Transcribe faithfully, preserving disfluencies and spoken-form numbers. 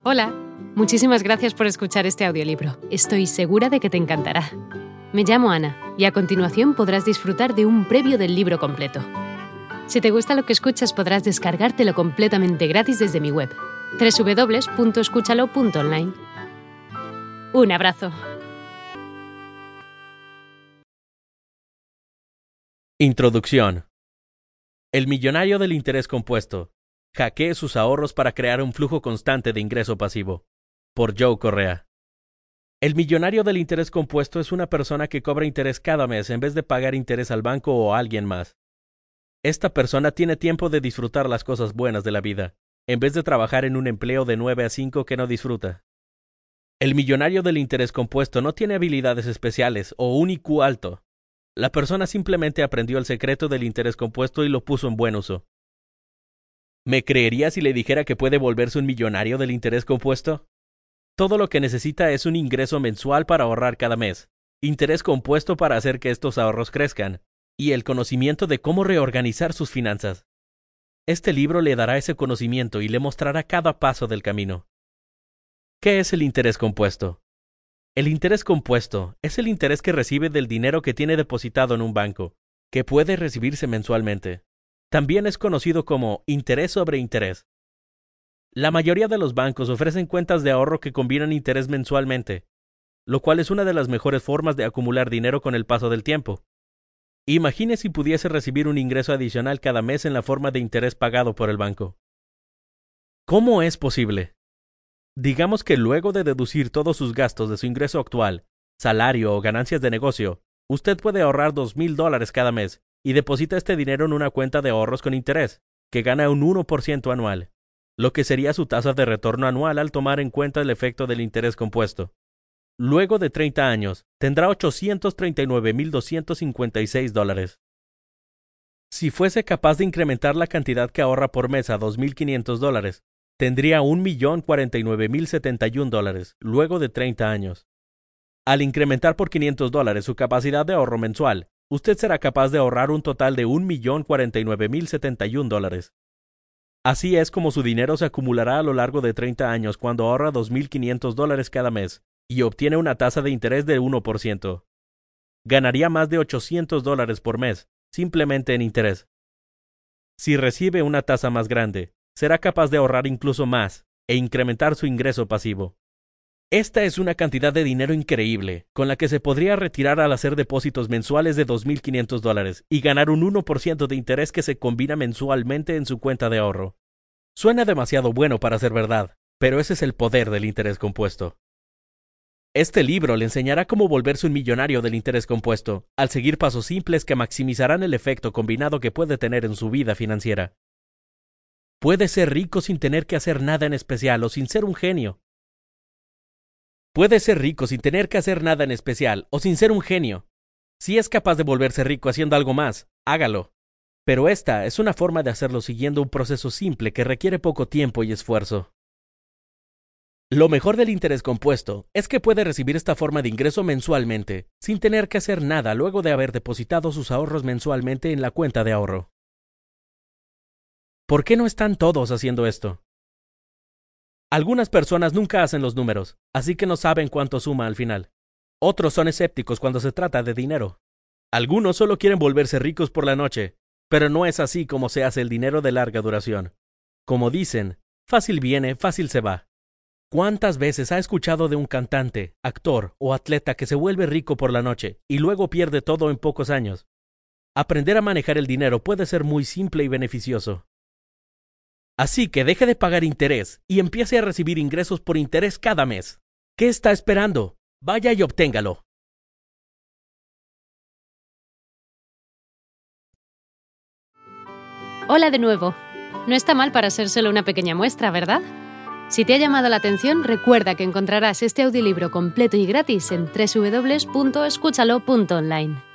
Hola, muchísimas gracias por escuchar este audiolibro. Estoy segura de que te encantará. Me llamo Ana y a continuación podrás disfrutar de un previo del libro completo. Si te gusta lo que escuchas podrás descargártelo completamente gratis desde mi web, doble u doble u doble u punto escúchalo punto online. Un abrazo. Introducción. El millonario del interés compuesto. Hackee sus ahorros para crear un flujo constante de ingreso pasivo. Por Joe Correa. El millonario del interés compuesto es una persona que cobra interés cada mes en vez de pagar interés al banco o a alguien más. Esta persona tiene tiempo de disfrutar las cosas buenas de la vida, en vez de trabajar en un empleo de nueve a cinco que no disfruta. El millonario del interés compuesto no tiene habilidades especiales o un I Q alto. La persona simplemente aprendió el secreto del interés compuesto y lo puso en buen uso. ¿Me creería si le dijera que puede volverse un millonario del interés compuesto? Todo lo que necesita es un ingreso mensual para ahorrar cada mes, interés compuesto para hacer que estos ahorros crezcan, y el conocimiento de cómo reorganizar sus finanzas. Este libro le dará ese conocimiento y le mostrará cada paso del camino. ¿Qué es el interés compuesto? El interés compuesto es el interés que recibe del dinero que tiene depositado en un banco, que puede recibirse mensualmente. También es conocido como interés sobre interés. La mayoría de los bancos ofrecen cuentas de ahorro que combinan interés mensualmente, lo cual es una de las mejores formas de acumular dinero con el paso del tiempo. Imagine si pudiese recibir un ingreso adicional cada mes en la forma de interés pagado por el banco. ¿Cómo es posible? Digamos que luego de deducir todos sus gastos de su ingreso actual, salario o ganancias de negocio, usted puede ahorrar dos mil dólares cada mes y deposita este dinero en una cuenta de ahorros con interés, que gana un uno por ciento anual, lo que sería su tasa de retorno anual al tomar en cuenta el efecto del interés compuesto. Luego de treinta años, tendrá ochocientos treinta y nueve mil doscientos cincuenta y seis dólares. Si fuese capaz de incrementar la cantidad que ahorra por mes a dos mil quinientos dólares, tendría un millón cuarenta y nueve mil setenta y uno dólares luego de treinta años. Al incrementar por quinientos dólares su capacidad de ahorro mensual, usted será capaz de ahorrar un total de un millón cuarenta y nueve mil setenta y uno dólares. Así es como su dinero se acumulará a lo largo de treinta años cuando ahorra dos mil quinientos dólares cada mes y obtiene una tasa de interés de uno por ciento. Ganaría más de ochocientos dólares por mes, simplemente en interés. Si recibe una tasa más grande, será capaz de ahorrar incluso más e incrementar su ingreso pasivo. Esta es una cantidad de dinero increíble, con la que se podría retirar al hacer depósitos mensuales de dos mil quinientos dólares y ganar un uno por ciento de interés que se combina mensualmente en su cuenta de ahorro. Suena demasiado bueno para ser verdad, pero ese es el poder del interés compuesto. Este libro le enseñará cómo volverse un millonario del interés compuesto, al seguir pasos simples que maximizarán el efecto combinado que puede tener en su vida financiera. Puede ser rico sin tener que hacer nada en especial o sin ser un genio. Puede ser rico sin tener que hacer nada en especial o sin ser un genio. Si es capaz de volverse rico haciendo algo más, hágalo. Pero esta es una forma de hacerlo siguiendo un proceso simple que requiere poco tiempo y esfuerzo. Lo mejor del interés compuesto es que puede recibir esta forma de ingreso mensualmente, sin tener que hacer nada luego de haber depositado sus ahorros mensualmente en la cuenta de ahorro. ¿Por qué no están todos haciendo esto? Algunas personas nunca hacen los números, así que no saben cuánto suma al final. Otros son escépticos cuando se trata de dinero. Algunos solo quieren volverse ricos por la noche, pero no es así como se hace el dinero de larga duración. Como dicen, fácil viene, fácil se va. ¿Cuántas veces ha escuchado de un cantante, actor o atleta que se vuelve rico por la noche y luego pierde todo en pocos años? Aprender a manejar el dinero puede ser muy simple y beneficioso. Así que deje de pagar interés y empiece a recibir ingresos por interés cada mes. ¿Qué está esperando? Vaya y obténgalo. Hola de nuevo. No está mal para ser solo una pequeña muestra, ¿verdad? Si te ha llamado la atención, recuerda que encontrarás este audiolibro completo y gratis en doble u doble u doble u punto escúchalo punto online.